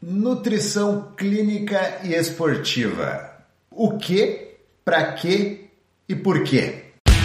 Nutrição clínica e esportiva. O que, para quê e por quê?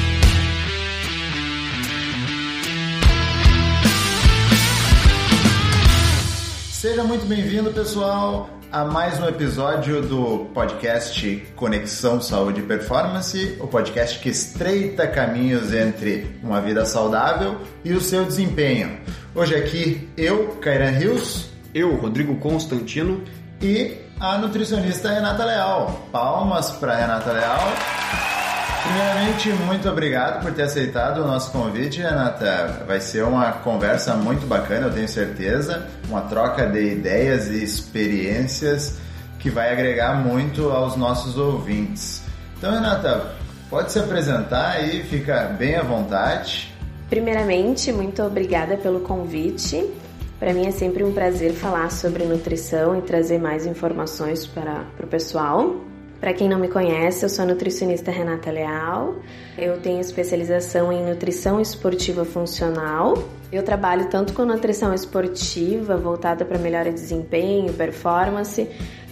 Seja muito bem-vindo, pessoal, a mais um episódio do podcast Conexão Saúde e Performance, o podcast que estreita caminhos entre uma vida saudável e o seu desempenho. Hoje aqui eu, Cairan Rios, eu, Rodrigo Constantino e a nutricionista Renata Leal. Palmas para Renata Leal. Primeiramente, muito obrigado por ter aceitado o nosso convite, Renata. Vai ser uma conversa muito bacana, eu tenho certeza. Uma troca de ideias e experiências que vai agregar muito aos nossos ouvintes. Então, Renata, pode se apresentar aí, fica bem à vontade. Primeiramente, muito obrigada pelo convite. Para mim é sempre um prazer falar sobre nutrição e trazer mais informações para o pessoal. Para quem não me conhece, eu sou a nutricionista Renata Leal, eu tenho especialização em nutrição esportiva funcional. Eu trabalho tanto com nutrição esportiva, voltada para melhora de desempenho, performance,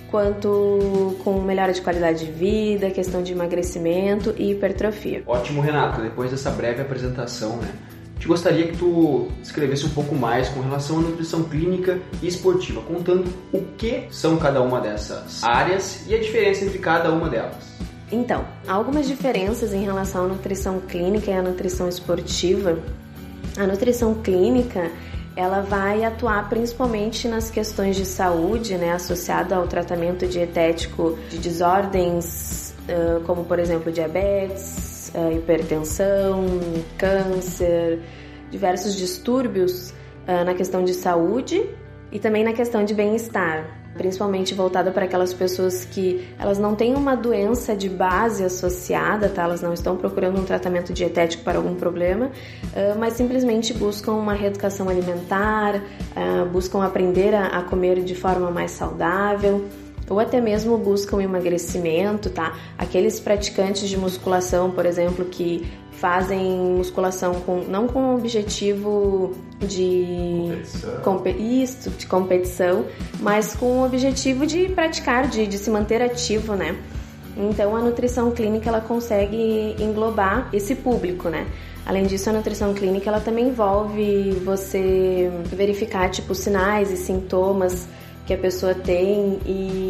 quanto com melhora de qualidade de vida, questão de emagrecimento e hipertrofia. Ótimo, Renata, depois dessa breve apresentação, te gostaria que tu escrevesse um pouco mais com relação à nutrição clínica e esportiva, contando o que são cada uma dessas áreas e a diferença entre cada uma delas. Então, há algumas diferenças em relação à nutrição clínica e à nutrição esportiva. A nutrição clínica, ela vai atuar principalmente nas questões de saúde, associada ao tratamento dietético de desordens, como por exemplo diabetes, hipertensão, câncer, diversos distúrbios na questão de saúde e também na questão de bem-estar, principalmente voltada para aquelas pessoas que elas não têm uma doença de base associada, elas não estão procurando um tratamento dietético para algum problema, mas simplesmente buscam uma reeducação alimentar, buscam aprender a comer de forma mais saudável, ou até mesmo buscam emagrecimento, Aqueles praticantes de musculação, por exemplo, que fazem musculação não com o objetivo de competição, mas com o objetivo de praticar, de se manter ativo, Então, a nutrição clínica, ela consegue englobar esse público, Além disso, a nutrição clínica, ela também envolve você verificar, sinais e sintomas que a pessoa tem,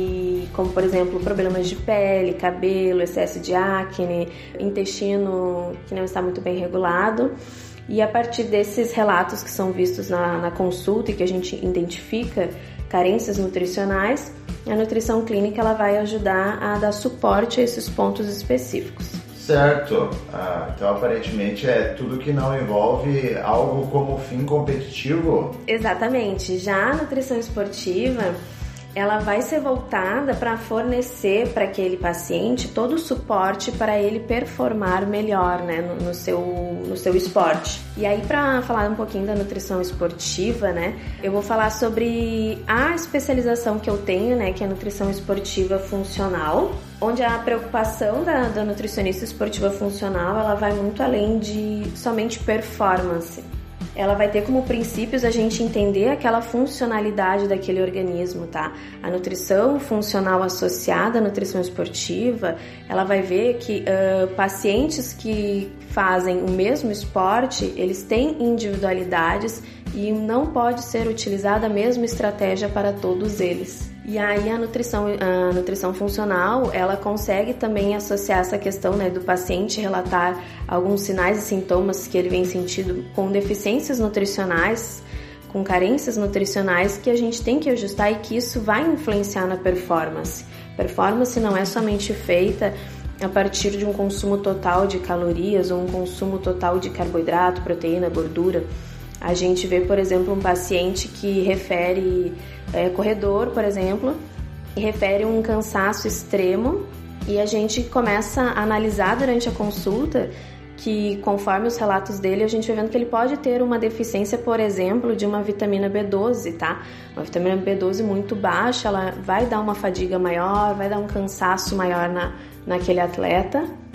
e como por exemplo problemas de pele, cabelo, excesso de acne, intestino que não está muito bem regulado. E a partir desses relatos que são vistos na consulta e que a gente identifica carências nutricionais, a nutrição clínica ela vai ajudar a dar suporte a esses pontos específicos. Certo. Então aparentemente é tudo que não envolve algo como fim competitivo. Exatamente. Já a nutrição esportiva, ela vai ser voltada para fornecer para aquele paciente todo o suporte para ele performar melhor, no seu esporte. E aí, para falar um pouquinho da nutrição esportiva, eu vou falar sobre a especialização que eu tenho, que é a nutrição esportiva funcional, onde a preocupação da nutricionista esportiva funcional, ela vai muito além de somente performance. Ela vai ter como princípios a gente entender aquela funcionalidade daquele organismo, A nutrição funcional associada à nutrição esportiva, ela vai ver que pacientes que fazem o mesmo esporte, eles têm individualidades e não pode ser utilizada a mesma estratégia para todos eles. E aí a nutrição funcional, ela consegue também associar essa questão do paciente relatar alguns sinais e sintomas que ele vem sentindo com deficiências nutricionais, com carências nutricionais que a gente tem que ajustar e que isso vai influenciar na performance. Performance não é somente feita a partir de um consumo total de calorias ou um consumo total de carboidrato, proteína, gordura. A gente vê, por exemplo, um paciente que refere corredor, por exemplo, e refere um cansaço extremo, e a gente começa a analisar durante a consulta que, conforme os relatos dele, a gente vai vendo que ele pode ter uma deficiência, por exemplo, de uma vitamina B12, Uma vitamina B12 muito baixa, ela vai dar uma fadiga maior, vai dar um cansaço maior naquele atleta.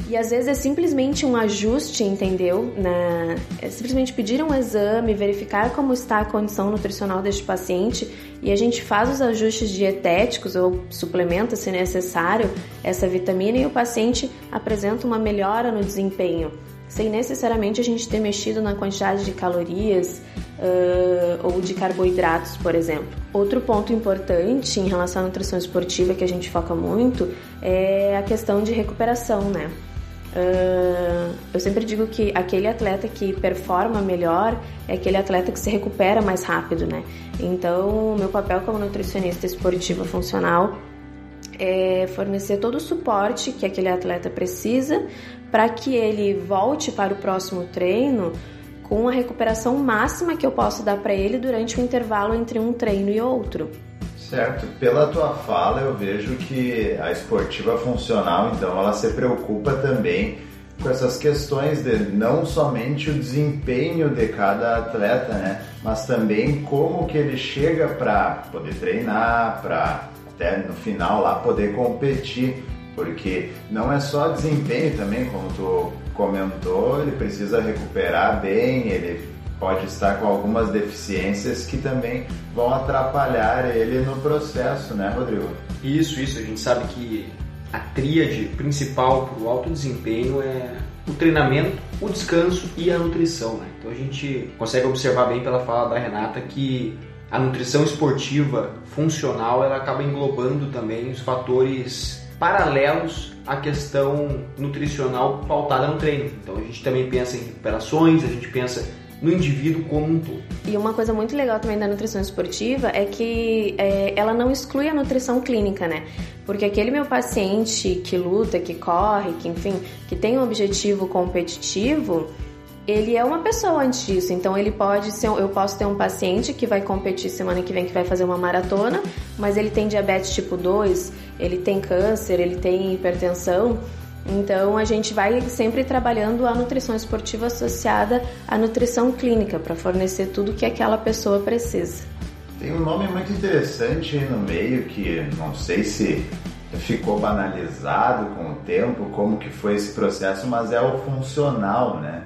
E às vezes é simplesmente um ajuste, entendeu? É simplesmente pedir um exame, verificar como está a condição nutricional deste paciente e a gente faz os ajustes dietéticos ou suplementa, se necessário, essa vitamina e o paciente apresenta uma melhora no desempenho, sem necessariamente a gente ter mexido na quantidade de calorias ou de carboidratos, por exemplo. Outro ponto importante em relação à nutrição esportiva que a gente foca muito é a questão de recuperação, né? Eu sempre digo que aquele atleta que performa melhor é aquele atleta que se recupera mais rápido, né? Então, o meu papel como nutricionista esportiva funcional é fornecer todo o suporte que aquele atleta precisa para que ele volte para o próximo treino com a recuperação máxima que eu posso dar para ele durante o intervalo entre um treino e outro. Certo. Pela tua fala, eu vejo que a esportiva funcional, então, ela se preocupa também com essas questões de não somente o desempenho de cada atleta, né? Mas também como que ele chega para poder treinar, para até no final lá poder competir, porque não é só desempenho também, como tu comentou, ele precisa recuperar bem, ele pode estar com algumas deficiências que também vão atrapalhar ele no processo, né, Rodrigo? Isso. A gente sabe que a tríade principal para o alto desempenho é o treinamento, o descanso e a nutrição, né? Então a gente consegue observar bem pela fala da Renata que a nutrição esportiva funcional ela acaba englobando também os fatores paralelos à questão nutricional pautada no treino. Então a gente também pensa em recuperações, a gente pensa no indivíduo como um todo. E uma coisa muito legal também da nutrição esportiva é que ela não exclui a nutrição clínica, né? Porque aquele meu paciente que luta, que corre, que enfim, que tem um objetivo competitivo, ele é uma pessoa antes disso. Então ele pode ser, eu posso ter um paciente que vai competir semana que vem, que vai fazer uma maratona, mas ele tem diabetes tipo 2, ele tem câncer, ele tem hipertensão. Então, a gente vai sempre trabalhando a nutrição esportiva associada à nutrição clínica para fornecer tudo que aquela pessoa precisa. Tem um nome muito interessante aí no meio que não sei se ficou banalizado com o tempo, como que foi esse processo, mas é o funcional, né?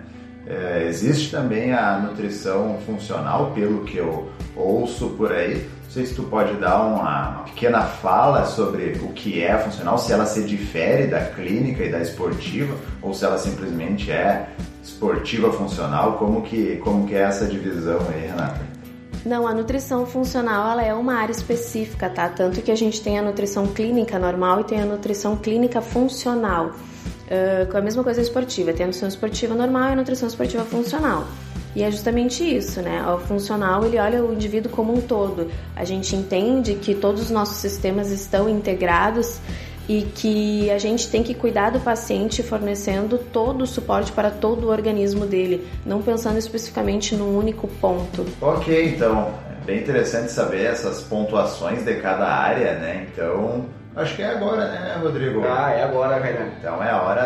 Existe também a nutrição funcional, pelo que eu ouço por aí. Não sei se tu pode dar uma pequena fala sobre o que é funcional, se ela se difere da clínica e da esportiva, ou se ela simplesmente é esportiva funcional, como que é essa divisão aí, Renata? Não, a nutrição funcional ela é uma área específica, tá? Tanto que a gente tem a nutrição clínica normal e tem a nutrição clínica funcional. Com a mesma coisa esportiva, tem a nutrição esportiva normal e a nutrição esportiva funcional. E é justamente isso, né? O funcional, ele olha o indivíduo como um todo. A gente entende que todos os nossos sistemas estão integrados e que a gente tem que cuidar do paciente fornecendo todo o suporte para todo o organismo dele, não pensando especificamente num único ponto. Ok, então, é bem interessante saber essas pontuações de cada área, né? Então, acho que é agora, né, Rodrigo? É agora, Renan. Então é a hora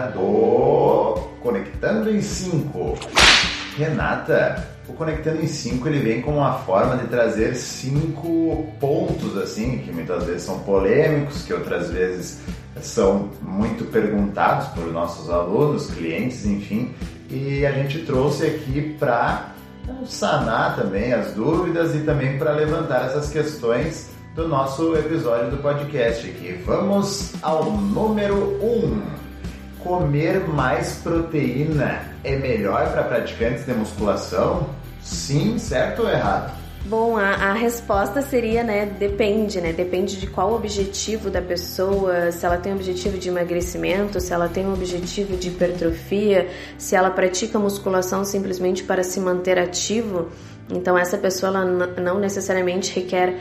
do Conectando em 5. Renata, o Conectando em 5 ele vem como uma forma de trazer 5 pontos assim, que muitas vezes são polêmicos, que outras vezes são muito perguntados por nossos alunos, clientes, enfim, e a gente trouxe aqui para sanar também as dúvidas e também para levantar essas questões do nosso episódio do podcast aqui. Vamos ao número 1. Comer mais proteína é melhor para praticantes de musculação? Sim, certo ou errado? Bom, a resposta seria, depende, Depende de qual o objetivo da pessoa, se ela tem um objetivo de emagrecimento, se ela tem um objetivo de hipertrofia, se ela pratica musculação simplesmente para se manter ativo. Então, essa pessoa ela não necessariamente requer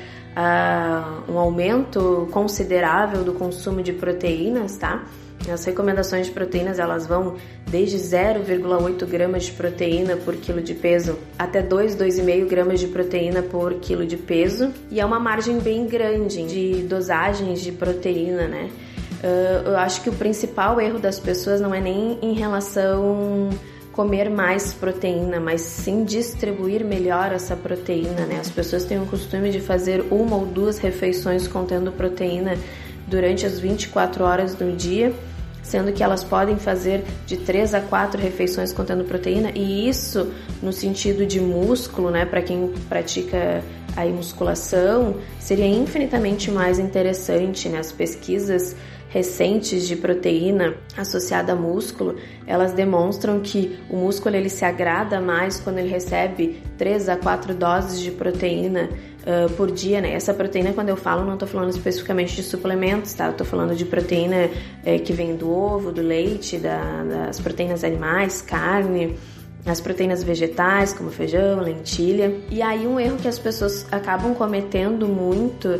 um aumento considerável do consumo de proteínas, tá? As recomendações de proteínas elas vão desde 0,8 gramas de proteína por quilo de peso até 2,5 gramas de proteína por quilo de peso, e é uma margem bem grande de dosagens de proteína, né? Eu acho que o principal erro das pessoas não é nem em relação comer mais proteína, mas sim distribuir melhor essa proteína, né? As pessoas têm o costume de fazer 1 ou 2 refeições contendo proteína durante as 24 horas do dia, sendo que elas podem fazer de 3 a 4 refeições contendo proteína, e isso no sentido de músculo, né, para quem pratica a musculação, seria infinitamente mais interessante, né? As pesquisas recentes de proteína associada a músculo, elas demonstram que o músculo ele se agrada mais quando ele recebe 3 a 4 doses de proteína por dia, né? Essa proteína, quando eu falo, não estou falando especificamente de suplementos, tá? Eu estou falando de proteína que vem do ovo, do leite, das proteínas animais, carne, as proteínas vegetais, como feijão, lentilha. E aí um erro que as pessoas acabam cometendo muito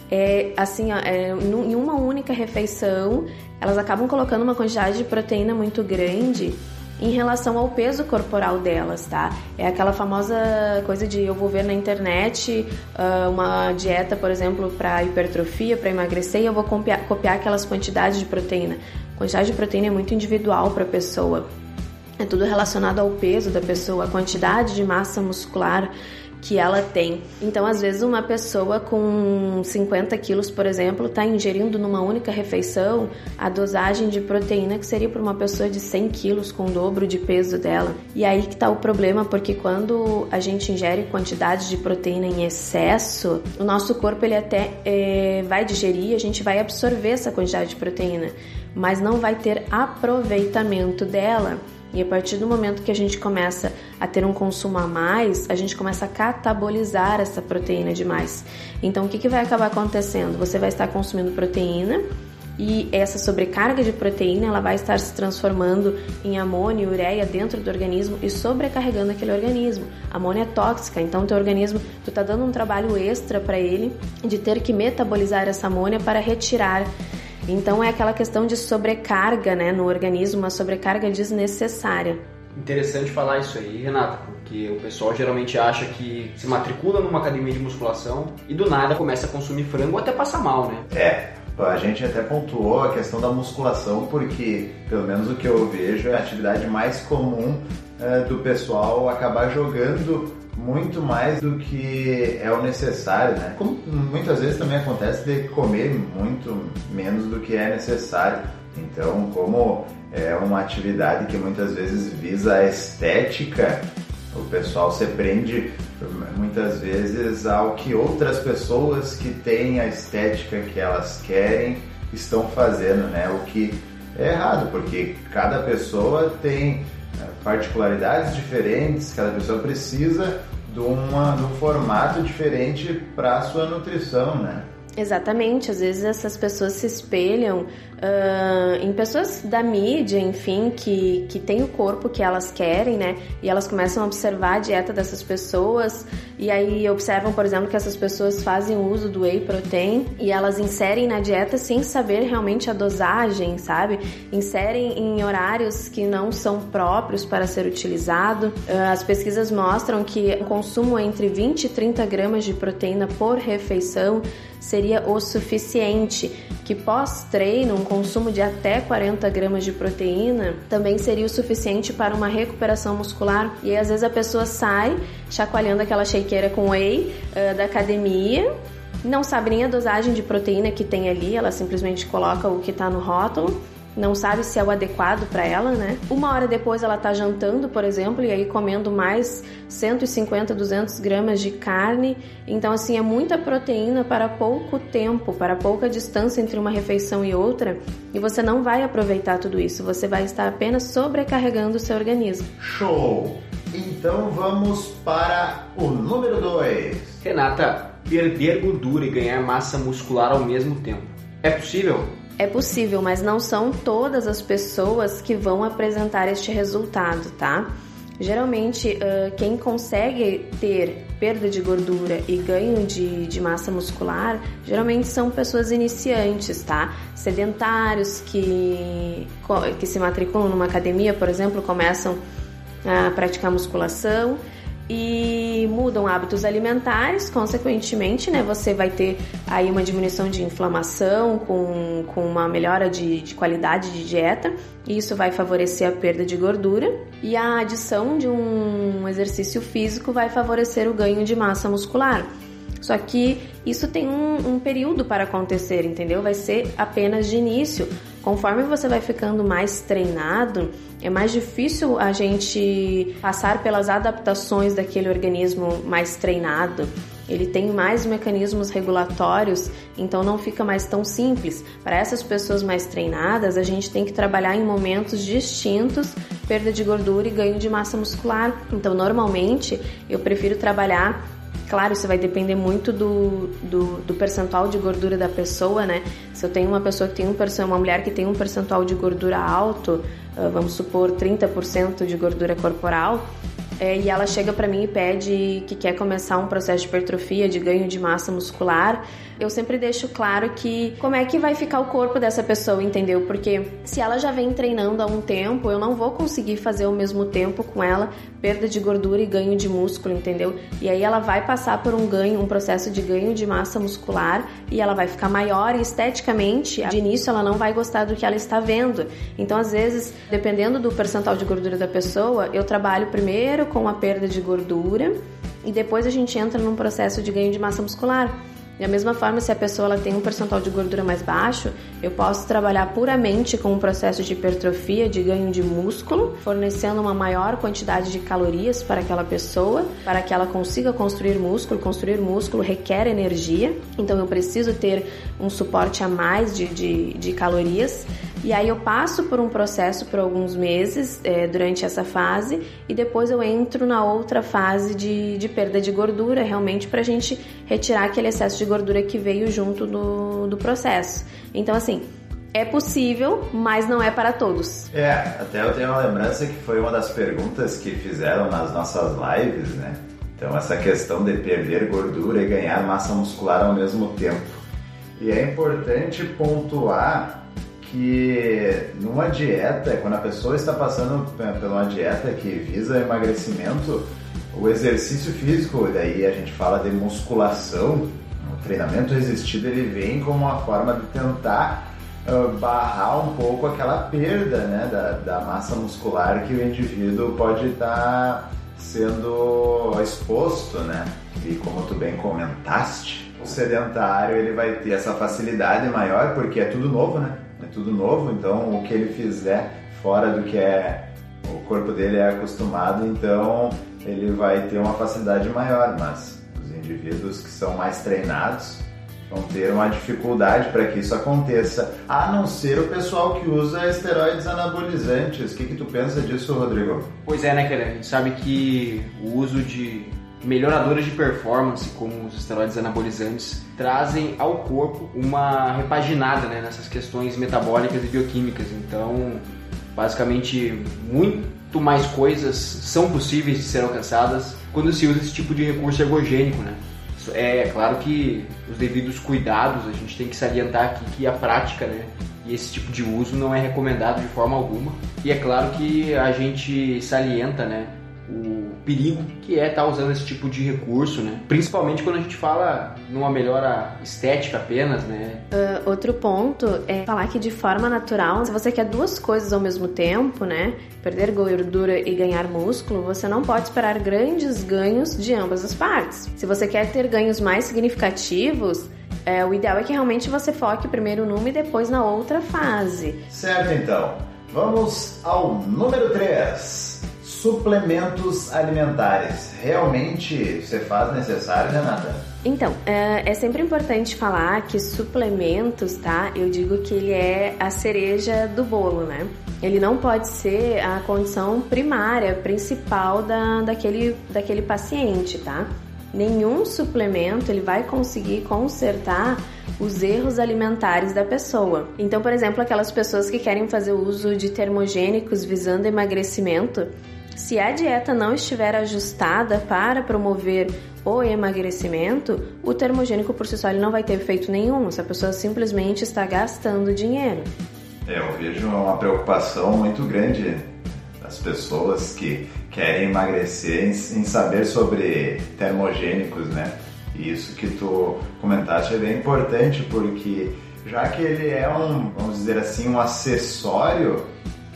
assim, em uma única refeição, elas acabam colocando uma quantidade de proteína muito grande em relação ao peso corporal delas, tá? É aquela famosa coisa de eu vou ver na internet uma dieta, por exemplo, para hipertrofia, para emagrecer, e eu vou copiar aquelas quantidades de proteína. A quantidade de proteína é muito individual para a pessoa. É tudo relacionado ao peso da pessoa, a quantidade de massa muscular que ela tem. Então, às vezes, uma pessoa com 50 quilos, por exemplo, está ingerindo numa única refeição a dosagem de proteína que seria para uma pessoa de 100 quilos, com o dobro de peso dela. E aí que está o problema, porque quando a gente ingere quantidades de proteína em excesso, o nosso corpo ele até vai digerir, a gente vai absorver essa quantidade de proteína, mas não vai ter aproveitamento dela. E a partir do momento que a gente começa a ter um consumo a mais, a gente começa a catabolizar essa proteína demais. Então, o que vai acabar acontecendo? Você vai estar consumindo proteína e essa sobrecarga de proteína ela vai estar se transformando em amônia e ureia dentro do organismo e sobrecarregando aquele organismo. A amônia é tóxica, então o teu organismo, tu tá dando um trabalho extra para ele de ter que metabolizar essa amônia para retirar. Então é aquela questão de sobrecarga, né, no organismo, uma sobrecarga desnecessária. Interessante falar isso aí, Renata, porque o pessoal geralmente acha que se matricula numa academia de musculação e do nada começa a consumir frango ou até passa mal, né? A gente até pontuou a questão da musculação porque, pelo menos o que eu vejo, é a atividade mais comum do pessoal acabar jogando muito mais do que é o necessário, né? Como muitas vezes também acontece de comer muito menos do que é necessário. Então, como é uma atividade que muitas vezes visa a estética, o pessoal se prende muitas vezes ao que outras pessoas que têm a estética que elas querem estão fazendo, né? O que é errado, porque cada pessoa tem particularidades diferentes, cada pessoa precisa de um formato diferente para a sua nutrição, né? Exatamente, às vezes essas pessoas se espelham em pessoas da mídia, enfim, que tem o corpo que elas querem, né? E elas começam a observar a dieta dessas pessoas e aí observam, por exemplo, que essas pessoas fazem uso do whey protein e elas inserem na dieta sem saber realmente a dosagem, sabe? Inserem em horários que não são próprios para ser utilizado. As pesquisas mostram que o consumo entre 20 e 30 gramas de proteína por refeição seria o suficiente, que pós-treino, um consumo de até 40 gramas de proteína também seria o suficiente para uma recuperação muscular. E aí, às vezes a pessoa sai chacoalhando aquela shakeira com whey da academia, não sabe nem a dosagem de proteína que tem ali, ela simplesmente coloca o que está no rótulo, não sabe se é o adequado para ela, né? Uma hora depois ela tá jantando, por exemplo, e aí comendo mais 150, 200 gramas de carne. Então, assim, é muita proteína para pouco tempo, para pouca distância entre uma refeição e outra, e você não vai aproveitar tudo isso, você vai estar apenas sobrecarregando o seu organismo. Show! Então vamos para o número 2. Renata, perder gordura e ganhar massa muscular ao mesmo tempo. É possível? É possível, mas não são todas as pessoas que vão apresentar este resultado, tá? Geralmente, quem consegue ter perda de gordura e ganho de massa muscular, geralmente são pessoas iniciantes, tá? Sedentários que se matriculam numa academia, por exemplo, começam a praticar musculação e mudam hábitos alimentares, consequentemente, né, você vai ter aí uma diminuição de inflamação com uma melhora de qualidade de dieta, e isso vai favorecer a perda de gordura, e a adição de um exercício físico vai favorecer o ganho de massa muscular. Só que isso tem um período para acontecer, entendeu? Vai ser apenas de início. Conforme você vai ficando mais treinado, é mais difícil a gente passar pelas adaptações daquele organismo mais treinado. Ele tem mais mecanismos regulatórios, então não fica mais tão simples. Para essas pessoas mais treinadas, a gente tem que trabalhar em momentos distintos, perda de gordura e ganho de massa muscular. Então, normalmente, eu prefiro trabalhar. Claro, isso vai depender muito do percentual de gordura da pessoa, né? Se eu tenho uma pessoa que tem uma mulher que tem um percentual de gordura alto, vamos supor 30% de gordura corporal, e ela chega para mim e pede que quer começar um processo de hipertrofia, de ganho de massa muscular, eu sempre deixo claro que como é que vai ficar o corpo dessa pessoa, entendeu? Porque se ela já vem treinando há um tempo, eu não vou conseguir fazer ao mesmo tempo com ela perda de gordura e ganho de músculo, entendeu? E aí ela vai passar por um processo de ganho de massa muscular e ela vai ficar maior e esteticamente, de início ela não vai gostar do que ela está vendo. Então, às vezes, dependendo do percentual de gordura da pessoa, eu trabalho primeiro com a perda de gordura e depois a gente entra num processo de ganho de massa muscular. Da mesma forma, se a pessoa ela tem um percentual de gordura mais baixo, eu posso trabalhar puramente com um processo de hipertrofia, de ganho de músculo, fornecendo uma maior quantidade de calorias para aquela pessoa, para que ela consiga construir músculo. Construir músculo requer energia, então eu preciso ter um suporte a mais de calorias. E aí eu passo por um processo por alguns meses durante essa fase e depois eu entro na outra fase de perda de gordura, realmente para a gente retirar aquele excesso de gordura que veio junto do processo. Então, assim, é possível, mas não é para todos. Até eu tenho uma lembrança que foi uma das perguntas que fizeram nas nossas lives, né? Então, essa questão de perder gordura e ganhar massa muscular ao mesmo tempo. E é importante pontuar que numa dieta, quando a pessoa está passando por uma dieta que visa emagrecimento, o exercício físico, daí a gente fala de musculação, o treinamento resistido, ele vem como uma forma de tentar barrar um pouco aquela perda, né, da massa muscular que o indivíduo pode estar sendo exposto, né? E como tu bem comentaste, o sedentário ele vai ter essa facilidade maior porque é tudo novo, né? É tudo novo, então o que ele fizer fora do que o corpo dele é acostumado, então ele vai ter uma facilidade maior, mas os indivíduos que são mais treinados vão ter uma dificuldade para que isso aconteça, a não ser o pessoal que usa esteroides anabolizantes. O que tu pensa disso, Rodrigo? Pois é, né, Keller? A gente sabe que o uso de melhoradores de performance, como os esteroides anabolizantes, trazem ao corpo uma repaginada, né, nessas questões metabólicas e bioquímicas. Então, basicamente, muito mais coisas são possíveis de ser alcançadas quando se usa esse tipo de recurso ergogênico, né? É claro que os devidos cuidados, a gente tem que salientar aqui que a prática, né, e esse tipo de uso não é recomendado de forma alguma. E é claro que a gente salienta, né, o perigo que é estar usando esse tipo de recurso, né? Principalmente quando a gente fala numa melhora estética apenas, né? Outro ponto é falar que de forma natural, se você quer duas coisas ao mesmo tempo, né? Perder gordura e ganhar músculo, você não pode esperar grandes ganhos de ambas as partes. Se você quer ter ganhos mais significativos, o ideal é que realmente você foque primeiro numa e depois na outra fase. Certo, então. Vamos ao número 3. Suplementos alimentares. Realmente se faz necessário, Renata? Então, é sempre importante falar que suplementos, tá? Eu digo que ele é a cereja do bolo, né? Ele não pode ser a condição primária, principal daquele paciente, tá? Nenhum suplemento ele vai conseguir consertar os erros alimentares da pessoa. Então, por exemplo, aquelas pessoas que querem fazer uso de termogênicos visando emagrecimento, se a dieta não estiver ajustada para promover o emagrecimento, o termogênico por si só ele não vai ter efeito nenhum. Essa pessoa simplesmente está gastando dinheiro. Eu vejo uma preocupação muito grande das pessoas que querem emagrecer em saber sobre termogênicos, né? E isso que tu comentaste é bem importante, porque já que ele é vamos dizer assim, um acessório,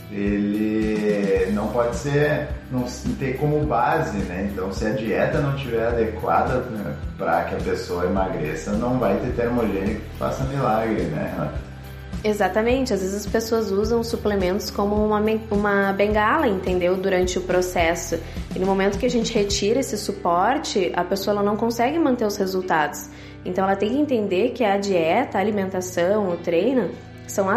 ele não pode não ter como base, né? Então, se a dieta não estiver adequada, né, para que a pessoa emagreça, não vai ter termogênico que faça milagre, né? Exatamente, às vezes as pessoas usam suplementos como uma bengala, entendeu? Durante o processo. E no momento que a gente retira esse suporte, a pessoa ela não consegue manter os resultados. Então ela tem que entender que a dieta, a alimentação, o treino são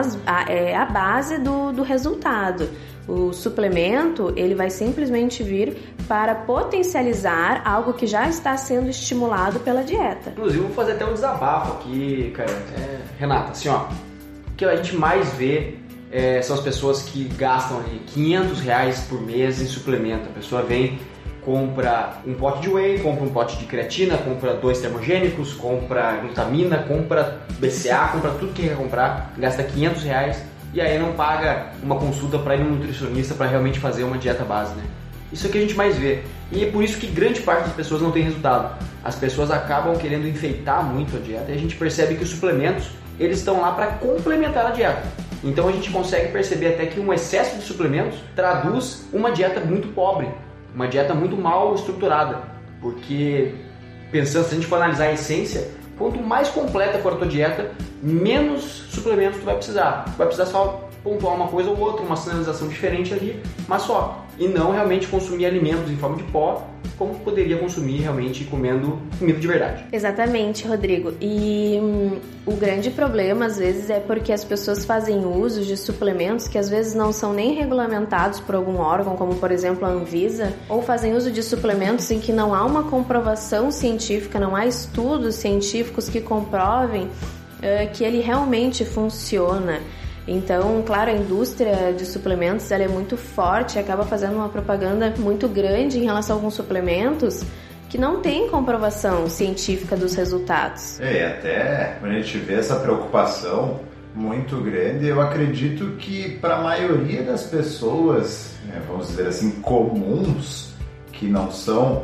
a base do resultado. O suplemento, ele vai simplesmente vir para potencializar algo que já está sendo estimulado pela dieta. Inclusive, eu vou fazer até um desabafo aqui, cara. Renata, assim, ó, o que a gente mais vê são as pessoas que gastam ali R$500 por mês em suplemento. A pessoa vem, compra um pote de whey, compra um pote de creatina, compra 2 termogênicos, compra glutamina, compra BCA, compra tudo que quer comprar, gasta R$500 e aí não paga uma consulta para ir no nutricionista para realmente fazer uma dieta base, né? Isso é o que a gente mais vê. E é por isso que grande parte das pessoas não tem resultado. As pessoas acabam querendo enfeitar muito a dieta e a gente percebe que os suplementos, eles estão lá para complementar a dieta. Então a gente consegue perceber até que um excesso de suplementos traduz uma dieta muito pobre, uma dieta muito mal estruturada. Porque, pensando, se a gente for analisar a essência, quanto mais completa for a tua dieta, menos suplementos tu vai precisar. Tu vai precisar só pontuar uma coisa ou outra, uma sinalização diferente ali, mas só. E não realmente consumir alimentos em forma de pó, como poderia consumir realmente comendo comida de verdade. Exatamente, Rodrigo. E o grande problema, às vezes, é porque as pessoas fazem uso de suplementos que às vezes não são nem regulamentados por algum órgão, como por exemplo a Anvisa, ou fazem uso de suplementos em que não há uma comprovação científica, não há estudos científicos que comprovem que ele realmente funciona. Então, claro, a indústria de suplementos ela é muito forte, acaba fazendo uma propaganda muito grande em relação a alguns suplementos que não tem comprovação científica dos resultados. E até quando a gente vê essa preocupação muito grande, eu acredito que para a maioria das pessoas, vamos dizer assim, comuns, que não são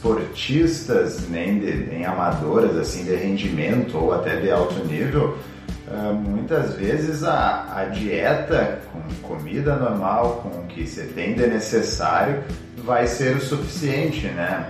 esportistas nem amadoras assim, de rendimento ou até de alto nível, muitas vezes a dieta com comida normal, com o que você tem de necessário, vai ser o suficiente, né?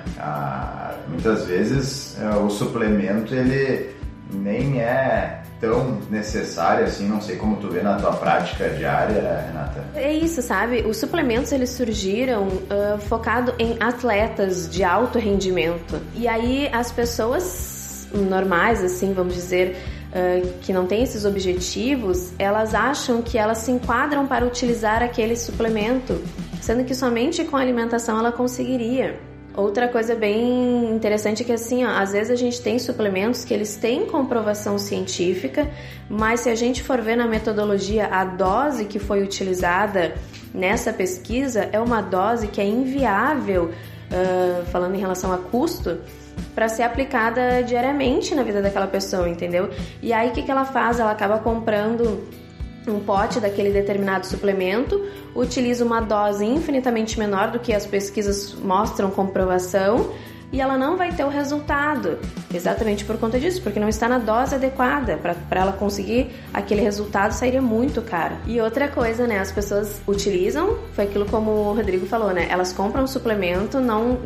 Muitas vezes o suplemento ele nem é tão necessário assim, não sei como tu vê na tua prática diária, Renata. É isso, sabe? Os suplementos eles surgiram focado em atletas de alto rendimento. E aí as pessoas normais, assim, vamos dizer, que não têm esses objetivos, elas acham que elas se enquadram para utilizar aquele suplemento, sendo que somente com a alimentação ela conseguiria. Outra coisa bem interessante é que assim, às vezes a gente tem suplementos que eles têm comprovação científica, mas se a gente for ver na metodologia, a dose que foi utilizada nessa pesquisa é uma dose que é inviável, falando em relação a custo, para ser aplicada diariamente na vida daquela pessoa, entendeu? E aí o que ela faz? Ela acaba comprando um pote daquele determinado suplemento, utiliza uma dose infinitamente menor do que as pesquisas mostram comprovação e ela não vai ter o resultado, exatamente por conta disso, porque não está na dose adequada. Para ela conseguir aquele resultado sairia muito caro. E outra coisa, né, as pessoas utilizam, foi aquilo como o Rodrigo falou, né, elas compram um suplemento,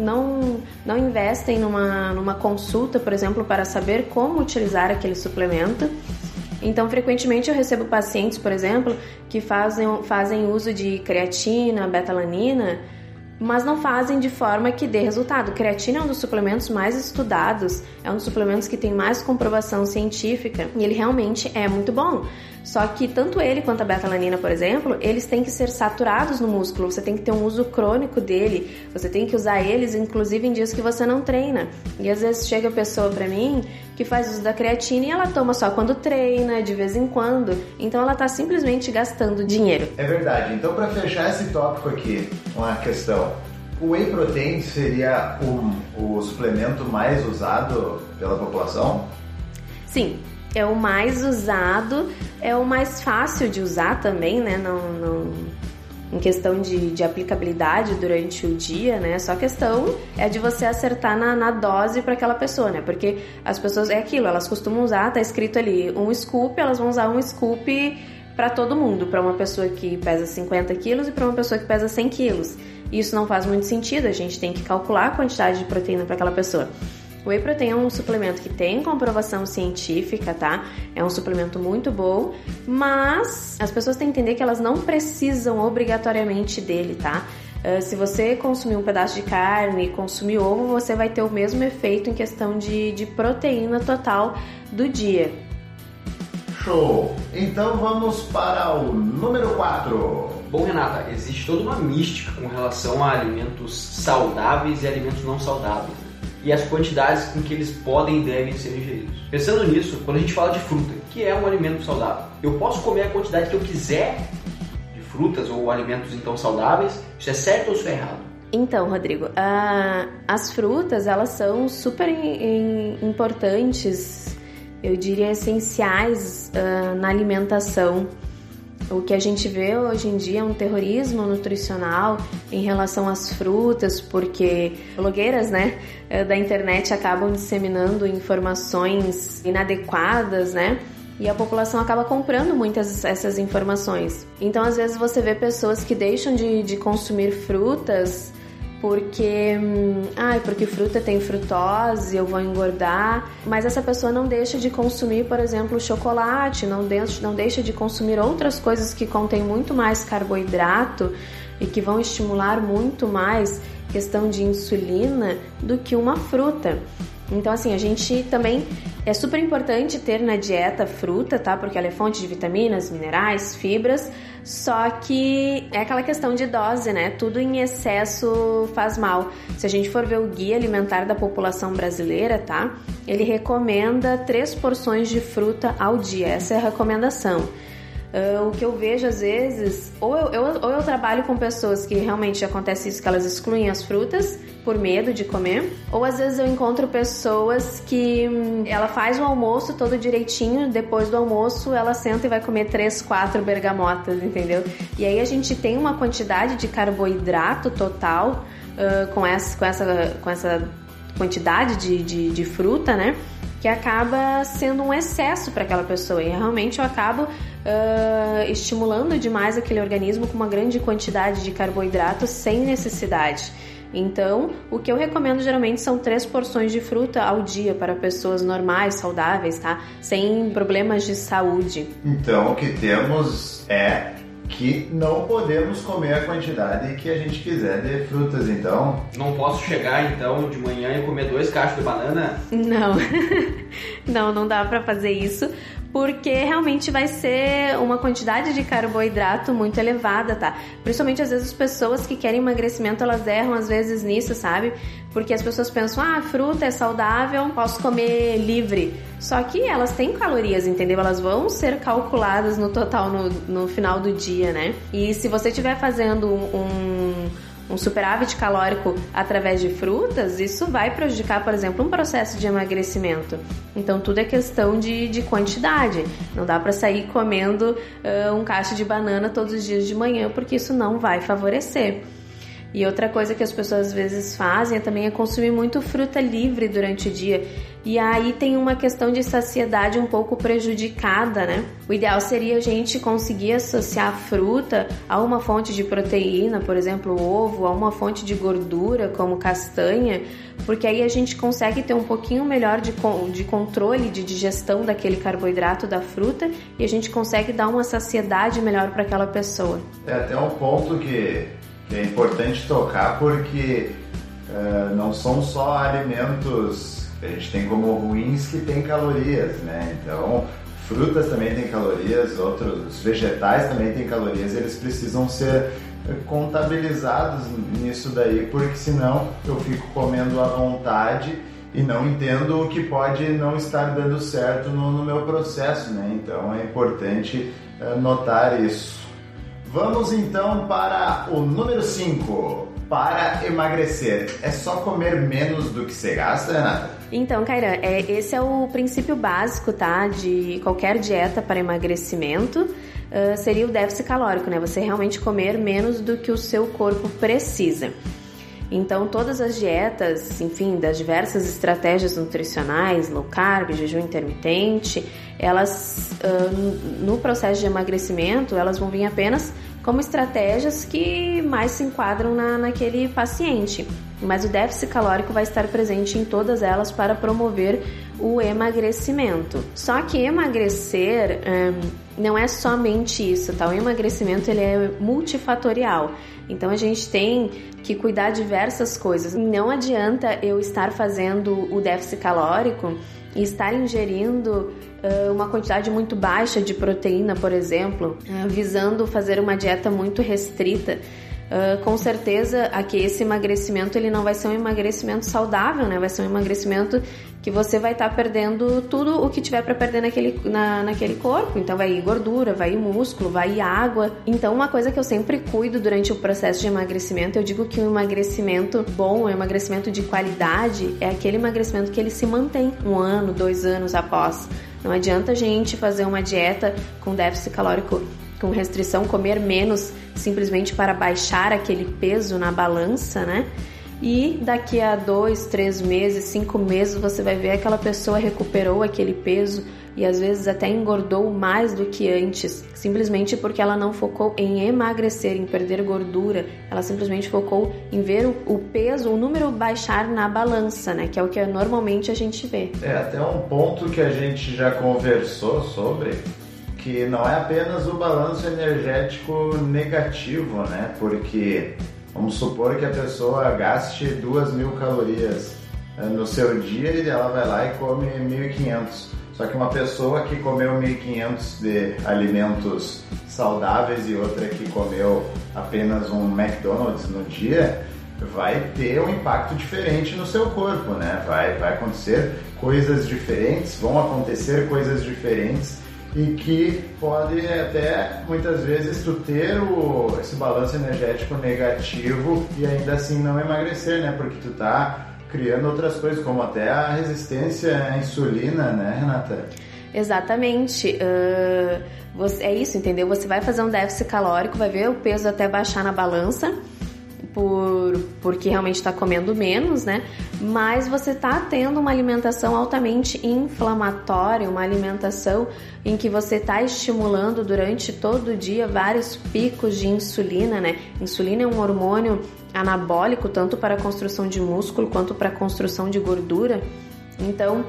não investem numa consulta, por exemplo, para saber como utilizar aquele suplemento. Então, frequentemente eu recebo pacientes, por exemplo, que fazem uso de creatina, betalanina, mas não fazem de forma que dê resultado. Creatina é um dos suplementos mais estudados, é um dos suplementos que tem mais comprovação científica e ele realmente é muito bom. Só que tanto ele quanto a betalanina, por exemplo, eles têm que ser saturados no músculo, você tem que ter um uso crônico dele, você tem que usar eles inclusive em dias que você não treina. E às vezes chega a pessoa pra mim que faz uso da creatina e ela toma só quando treina, de vez em quando, então ela tá simplesmente gastando dinheiro. É verdade, então para fechar esse tópico aqui, uma questão, o whey protein seria o suplemento mais usado pela população? Sim. É o mais usado, é o mais fácil de usar também, né? Não, em questão de aplicabilidade durante o dia, né? Só a questão é de você acertar na dose para aquela pessoa, né? Porque as pessoas, é aquilo, elas costumam usar, tá escrito ali, um scoop, elas vão usar um scoop para todo mundo, para uma pessoa que pesa 50 quilos e para uma pessoa que pesa 100 quilos. Isso não faz muito sentido, a gente tem que calcular a quantidade de proteína para aquela pessoa. O Whey Protein é um suplemento que tem comprovação científica, tá? É um suplemento muito bom, mas as pessoas têm que entender que elas não precisam obrigatoriamente dele, tá? Se você consumir um pedaço de carne, consumir ovo, você vai ter o mesmo efeito em questão de proteína total do dia. Show! Então vamos para o número 4. Bom, Renata, existe toda uma mística com relação a alimentos saudáveis e alimentos não saudáveis, né? E as quantidades com que eles podem e devem ser ingeridos. Pensando nisso, quando a gente fala de fruta, que é um alimento saudável, eu posso comer a quantidade que eu quiser de frutas ou alimentos então saudáveis? Isso é certo ou isso é errado? Então, Rodrigo, as frutas, elas são super importantes, eu diria essenciais na alimentação. O que a gente vê hoje em dia é um terrorismo nutricional em relação às frutas, porque blogueiras, né, da internet acabam disseminando informações inadequadas, né, e a população acaba comprando muitas essas informações. Então, às vezes você vê pessoas que deixam de consumir frutas porque fruta tem frutose, eu vou engordar, mas essa pessoa não deixa de consumir, por exemplo, chocolate, não deixa de consumir outras coisas que contêm muito mais carboidrato e que vão estimular muito mais questão de insulina do que uma fruta. Então, assim, a gente também é super importante ter na dieta fruta, tá? Porque ela é fonte de vitaminas, minerais, fibras, só que é aquela questão de dose, né? Tudo em excesso faz mal. Se a gente for ver o Guia Alimentar da População Brasileira, tá? Ele recomenda 3 porções de fruta ao dia, essa é a recomendação. O que eu vejo às vezes, ou eu trabalho com pessoas que realmente acontece isso, que elas excluem as frutas por medo de comer, ou às vezes eu encontro pessoas que ela faz o almoço todo direitinho, depois do almoço ela senta e vai comer 3, 4 bergamotas, entendeu? E aí a gente tem uma quantidade de carboidrato total com essa quantidade de fruta, né? Que acaba sendo um excesso para aquela pessoa, e realmente eu acabo estimulando demais aquele organismo com uma grande quantidade de carboidrato sem necessidade. Então, o que eu recomendo geralmente são 3 porções de fruta ao dia para pessoas normais, saudáveis, tá? Sem problemas de saúde. Então, o que temos é que não podemos comer a quantidade que a gente quiser de frutas, então. Não posso chegar, então, de manhã e comer 2 cachos de banana? Não. não dá pra fazer isso, porque realmente vai ser uma quantidade de carboidrato muito elevada, tá? Principalmente, às vezes, as pessoas que querem emagrecimento, elas erram, às vezes, nisso, sabe? Porque as pessoas pensam, fruta é saudável, posso comer livre. Só que elas têm calorias, entendeu? Elas vão ser calculadas no total no final do dia, né? E se você estiver fazendo um superávit calórico através de frutas, isso vai prejudicar, por exemplo, um processo de emagrecimento. Então, tudo é questão de quantidade. Não dá para sair comendo um cacho de banana todos os dias de manhã, porque isso não vai favorecer. E outra coisa que as pessoas às vezes fazem também é consumir muito fruta livre durante o dia. E aí tem uma questão de saciedade um pouco prejudicada, né? O ideal seria a gente conseguir associar a fruta a uma fonte de proteína, por exemplo, o ovo, a uma fonte de gordura, como castanha, porque aí a gente consegue ter um pouquinho melhor de controle de digestão daquele carboidrato da fruta e a gente consegue dar uma saciedade melhor para aquela pessoa. É até um ponto que é importante tocar, porque não são só alimentos que a gente tem como ruins que tem calorias, né? Então, frutas também têm calorias, outros vegetais também têm calorias, eles precisam ser contabilizados nisso daí, porque senão eu fico comendo à vontade e não entendo o que pode não estar dando certo no meu processo, né? Então é importante notar isso. Vamos então para o número 5. Para emagrecer, é só comer menos do que você gasta, Renata? Então, Kairan, esse é o princípio básico, tá? De qualquer dieta para emagrecimento. Seria o déficit calórico, né? Você realmente comer menos do que o seu corpo precisa. Então, todas as dietas, enfim, das diversas estratégias nutricionais, low carb, jejum intermitente, elas, no processo de emagrecimento, elas vão vir apenas como estratégias que mais se enquadram naquele paciente. mas o déficit calórico vai estar presente em todas elas para promover o emagrecimento. Só que emagrecer não é somente isso, tá? O emagrecimento ele é multifatorial. Então a gente tem que cuidar de diversas coisas. Não adianta eu estar fazendo o déficit calórico e estar ingerindo uma quantidade muito baixa de proteína, por exemplo, visando fazer uma dieta muito restrita. Com certeza aqui esse emagrecimento ele não vai ser um emagrecimento saudável, né? Vai ser um emagrecimento que você vai estar perdendo tudo o que tiver para perder naquele corpo. Então vai ir gordura, vai ir músculo, vai ir água. Então uma coisa que eu sempre cuido durante o processo de emagrecimento, eu digo que um emagrecimento bom, um emagrecimento de qualidade é aquele emagrecimento que ele se mantém 1 ano, 2 anos após. Não adianta a gente fazer uma dieta com déficit calórico, com restrição, comer menos simplesmente para baixar aquele peso na balança, né? E daqui a 2, 3 meses, 5 meses, você vai ver aquela pessoa recuperou aquele peso e às vezes até engordou mais do que antes, simplesmente porque ela não focou em emagrecer, em perder gordura, ela simplesmente focou em ver o peso, o número baixar na balança, né? Que é o que normalmente a gente vê. Até um ponto que a gente já conversou sobre, que não é apenas o balanço energético negativo, né? Porque vamos supor que a pessoa gaste 2.000 calorias no seu dia e ela vai lá e come 1.500. Só que uma pessoa que comeu 1.500 de alimentos saudáveis e outra que comeu apenas um McDonald's no dia, vai ter um impacto diferente no seu corpo, né? Vai acontecer coisas diferentes, vão acontecer coisas diferentes e que pode até muitas vezes tu ter esse balanço energético negativo e ainda assim não emagrecer, né? Porque tu tá criando outras coisas, como até a resistência à insulina, né, Renata? Exatamente. É isso, entendeu? Você vai fazer um déficit calórico, vai ver o peso até baixar na balança, porque realmente está comendo menos, né? Mas você está tendo uma alimentação altamente inflamatória, uma alimentação em que você está estimulando durante todo o dia vários picos de insulina, né? Insulina é um hormônio anabólico tanto para a construção de músculo quanto para a construção de gordura. Então,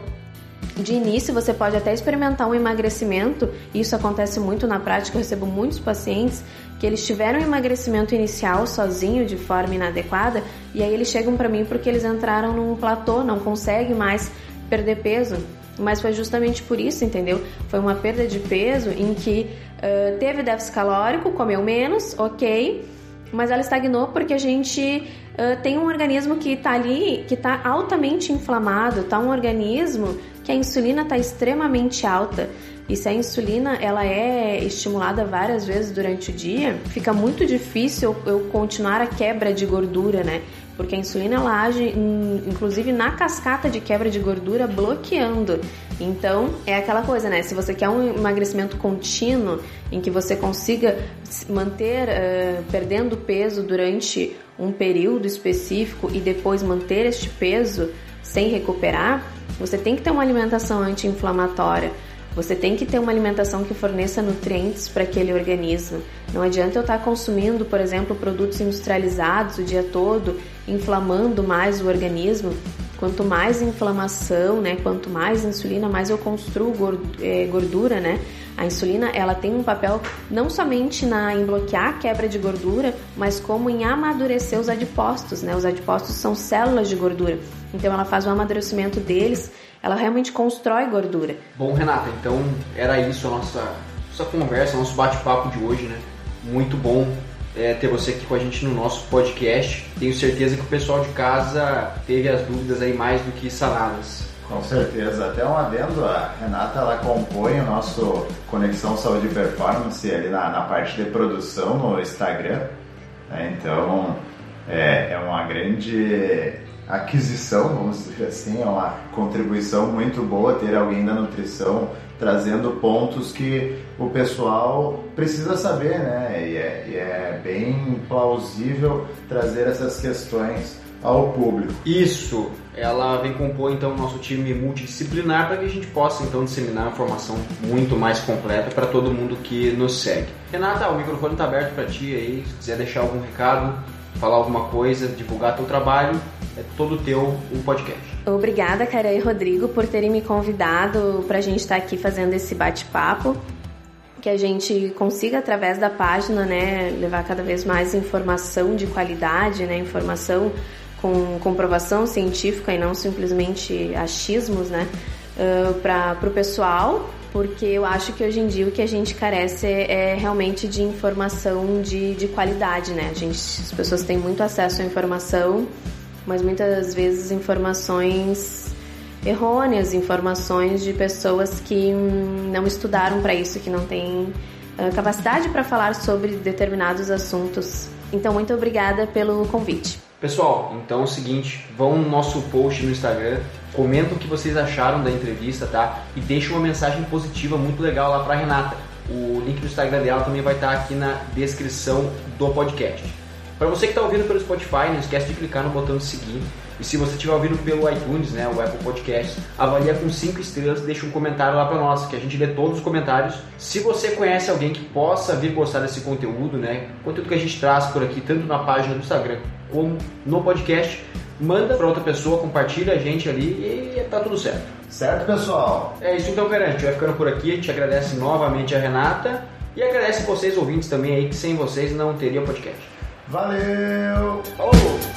de início você pode até experimentar um emagrecimento, isso acontece muito na prática, eu recebo muitos pacientes que eles tiveram um emagrecimento inicial sozinho de forma inadequada e aí eles chegam para mim porque eles entraram num platô, não conseguem mais perder peso, mas foi justamente por isso, entendeu? Foi uma perda de peso em que teve déficit calórico, comeu menos, ok, mas ela estagnou porque a gente tem um organismo que está ali, que está altamente inflamado, tá um organismo que a insulina está extremamente alta. E se a insulina ela é estimulada várias vezes durante o dia, fica muito difícil eu continuar a quebra de gordura, né? Porque a insulina ela age inclusive na cascata de quebra de gordura, bloqueando. Então é aquela coisa, né? Se você quer um emagrecimento contínuo em que você consiga manter perdendo peso durante um período específico e depois manter este peso sem recuperar, você tem que ter uma alimentação anti-inflamatória. Você tem que ter uma alimentação que forneça nutrientes para aquele organismo. Não adianta eu estar consumindo, por exemplo, produtos industrializados o dia todo, inflamando mais o organismo. Quanto mais inflamação, né, quanto mais insulina, mais eu construo gordura, né? A insulina, ela tem um papel não somente em bloquear a quebra de gordura, mas como em amadurecer os adipócitos, né? Os adipócitos são células de gordura. Então ela faz o amadurecimento deles, ela realmente constrói gordura. Bom, Renata, então era isso a nossa conversa, nosso bate-papo de hoje, né? Muito bom ter você aqui com a gente no nosso podcast. Tenho certeza que o pessoal de casa teve as dúvidas aí mais do que sanadas. Com certeza, até um adendo, a Renata ela compõe o nosso Conexão Saúde e Performance ali na parte de produção no Instagram, né? Então é uma grande aquisição, vamos dizer assim, é uma contribuição muito boa ter alguém da nutrição trazendo pontos que o pessoal precisa saber, né? E é bem plausível trazer essas questões ao público. Isso, ela vem compor então o nosso time multidisciplinar para que a gente possa então disseminar uma informação muito mais completa para todo mundo que nos segue. Renata, o microfone está aberto para ti aí, se quiser deixar algum recado. falar alguma coisa, divulgar teu trabalho, é todo teu o podcast. Obrigada, Cara e Rodrigo, por terem me convidado para a gente estar aqui fazendo esse bate-papo, que a gente consiga, através da página, né, levar cada vez mais informação de qualidade, né, informação com comprovação científica e não simplesmente achismos, né, para o pessoal, porque eu acho que hoje em dia o que a gente carece é realmente de informação de qualidade, né? As pessoas têm muito acesso à informação, mas muitas vezes informações errôneas, informações de pessoas que não estudaram para isso, que não têm capacidade para falar sobre determinados assuntos. Então, muito obrigada pelo convite. Pessoal, então é o seguinte, vão no nosso post no Instagram, comentam o que vocês acharam da entrevista, tá? E deixem uma mensagem positiva muito legal lá pra Renata. O link do Instagram dela também vai estar aqui na descrição do podcast. Para você que está ouvindo pelo Spotify, não esquece de clicar no botão de seguir. E se você estiver ouvindo pelo iTunes, né, o Apple Podcast, avalia com 5 estrelas e deixa um comentário lá para nós, que a gente lê todos os comentários. Se você conhece alguém que possa vir gostar desse conteúdo, né, conteúdo que a gente traz por aqui, tanto na página do Instagram como no podcast, manda para outra pessoa, compartilha a gente ali e tá tudo certo. Certo, pessoal? É isso então, cara. A gente vai ficando por aqui. A gente agradece novamente a Renata e agradece vocês ouvintes também aí, que sem vocês não teria podcast. Valeu! Falou!